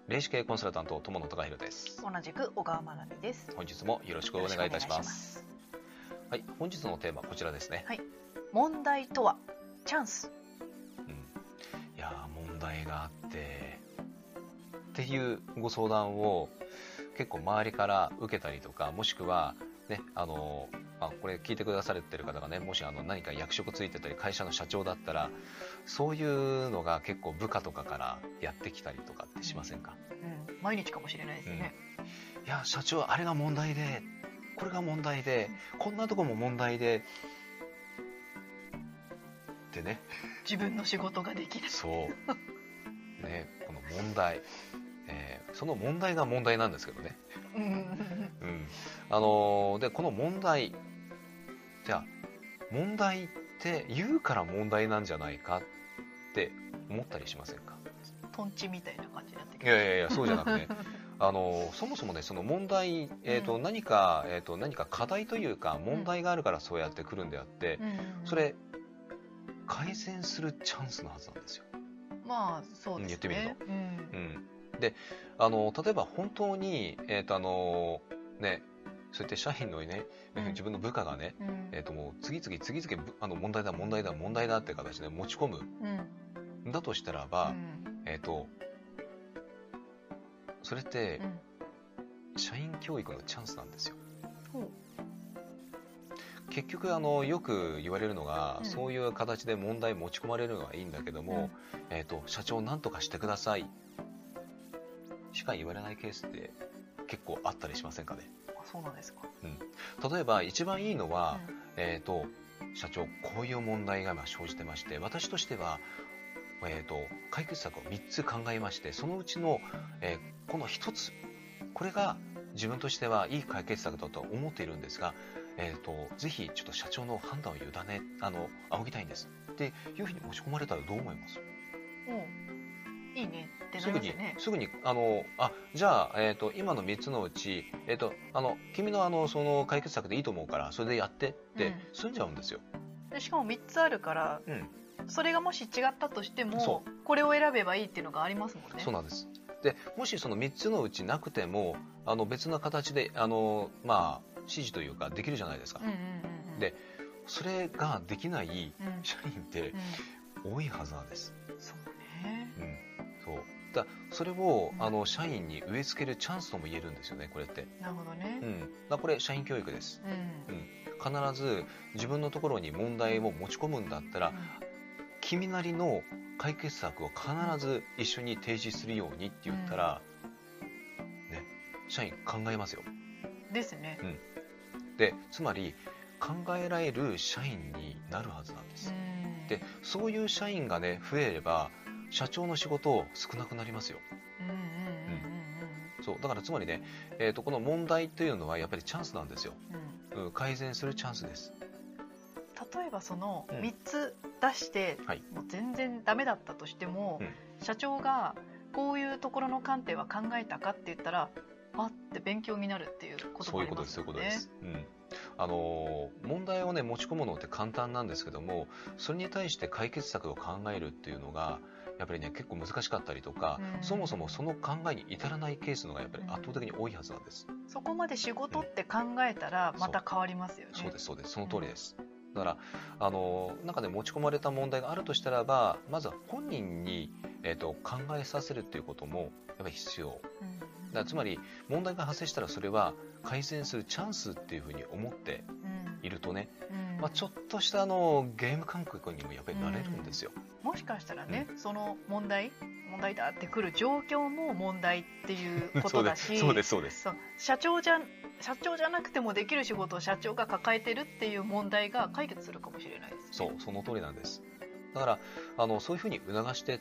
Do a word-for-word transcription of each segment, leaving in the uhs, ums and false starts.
霊視系コンサルタント友野孝弘です。 同じく小川真奈美です。 本日もよろしくお願いいたします。はい、本日のテーマはこちらですね。 はい、問題とはチャンス。 うん、いや問題があってっていうご相談を結構周りから受けたりとか、もしくはね、あのまあ、これ聞いてくださってる方がね、もしあの何か役職ついてたり会社の社長だったら、そういうのが結構部下とかからやってきたりとかってしませんか？ うん、毎日かもしれないですね。 うん、いや社長あれが問題で、これが問題で、うん、こんなとこも問題でってね、 自分の仕事ができない。 そうね、この問題、えー、その問題が問題なんですけどね。うん、あのー、でこの問題じゃあ問題って言うから問題なんじゃないかって思ったりしませんか？ トンチみたいな感じになってきます。いやいやいや、そうじゃなくてあのそもそもね、その問題、えーとうん、何か、えーと、何か課題というか問題があるからそうやってくるんであって、うん、それ改善するチャンスのはずなんですよ。 まあそうですね、 言ってみると、 うんうん、であの例えば本当に、えーとあのね、そうやって社員のね、うん、自分の部下がね、うん、えーともう次々次々あの問題だ問題だ問題だって形で持ち込む、うん、だとしたらば、うん、えーとそれって、うん、社員教育のチャンスなんですよ。うん、結局あのよく言われるのが、うん、そういう形で問題持ち込まれるのはいいんだけども、うん、えーと社長なんとかしてくださいしか言われないケースって結構あったりしませんかね？ あ、そうなんですか。 うん、例えば一番いいのは、うん、えーと社長こういう問題が今生じてまして、私としては、えーと解決策をみっつ考えまして、そのうちの、えー、このひとつ、これが自分としてはいい解決策だと思っているんですが、えーとぜひちょっと社長の判断を委ねあの仰ぎたいんですっていうふうに持ち込まれたらどう思います？ うん、いいねってなりますよね。 すぐに、すぐにあのあじゃあ、えーと今のみっつのうち、えーとあの君のあのその解決策でいいと思うからそれでやってって済んじゃうんですよ。 うん、でしかもみっつあるから、うん、それがもし違ったとしてもこれを選べばいいっていうのがありますもんね。 そうなんです。でもしそのみっつのうちなくてもあの別な形であの、まあ、指示というかできるじゃないですか。うんうんうんうん、でそれができない社員って多いはずなんです。 うん、そうね、 うん、そうだそれを、うん、あの社員に植え付けるチャンスとも言えるんですよね、これって。 なるほどね、 うん、だこれ社員教育です、うんうん、必ず自分のところに問題を持ち込むんだったら、うん、君なりの解決策を必ず一緒に提示するようにって言ったら、うんね、社員考えますよ。 ですね、 うん、でつまり考えられる社員になるはずなんです。うんでそういう社員がね増えれば社長の仕事少なくなりますよ。そうだからつまりね、えーと、この問題というのはやっぱりチャンスなんですよ、うんうん、改善するチャンスです。 例えばそのみっつ出して、うんはい、もう全然ダメだったとしても、うん、社長がこういうところの観点は考えたかって言ったらあって勉強になるっていうこともありますよね。そういうことです、そういうことです、 うん、あのー、問題をね持ち込むのって簡単なんですけども、それに対して解決策を考えるっていうのがやっぱりね結構難しかったりとか、うん、そもそもその考えに至らないケースのがやっぱり圧倒的に多いはずなんです、 うん、そこまで仕事って考えたらまた変わりますよね、 うん、そうですそうですその通りです、うん、だからあのなんかね持ち込まれた問題があるとしたらば、まずは本人に、えーと、考えさせるっていうこともやっぱり必要、うん、だからつまり問題が発生したらそれは改善するチャンスっていうふうに思っているとね、うんまあ、ちょっとしたあのゲーム感覚にもやっぱりなれるんですよ、 うん、もしかしたらね、うん、その問題問題だってくる状況も問題っていうことだしそうですそうですそう社長じゃ社長じゃなくてもできる仕事を社長が抱えてるっていう問題が解決するかもしれないです、ね、 そうその通りなんです。だからあのそういうふうに促していって、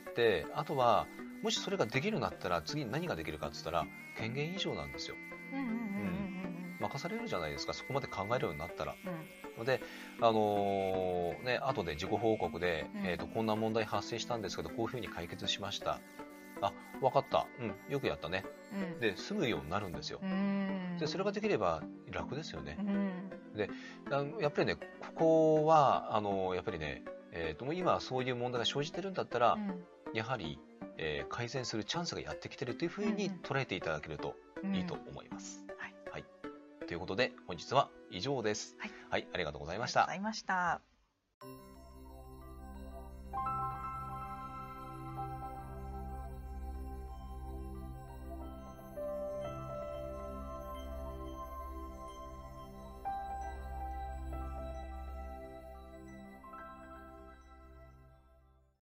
あとはもしそれができるようになったら次何ができるかって言ったら権限以上なんですよ。任されるじゃないですか、そこまで考えるようになったら、うん、で、あのー、ね、後で自己報告で、うんえーと、こんな問題発生したんですけどこういうふうに解決しました、あ、分かった、うん、よくやったね、うん、で済むようになるんですよ。でそれができれば楽ですよね、うん、であのやっぱりねここはあのやっぱりね、えーと、今そういう問題が生じてるんだったら、うんやはり、えー、改善するチャンスがやってきているというふうに捉えていただけるといいと思います。うんうん、はい、はい、ということで本日は以上です。はい、はい、ありがとうございました。 ありがとうございました。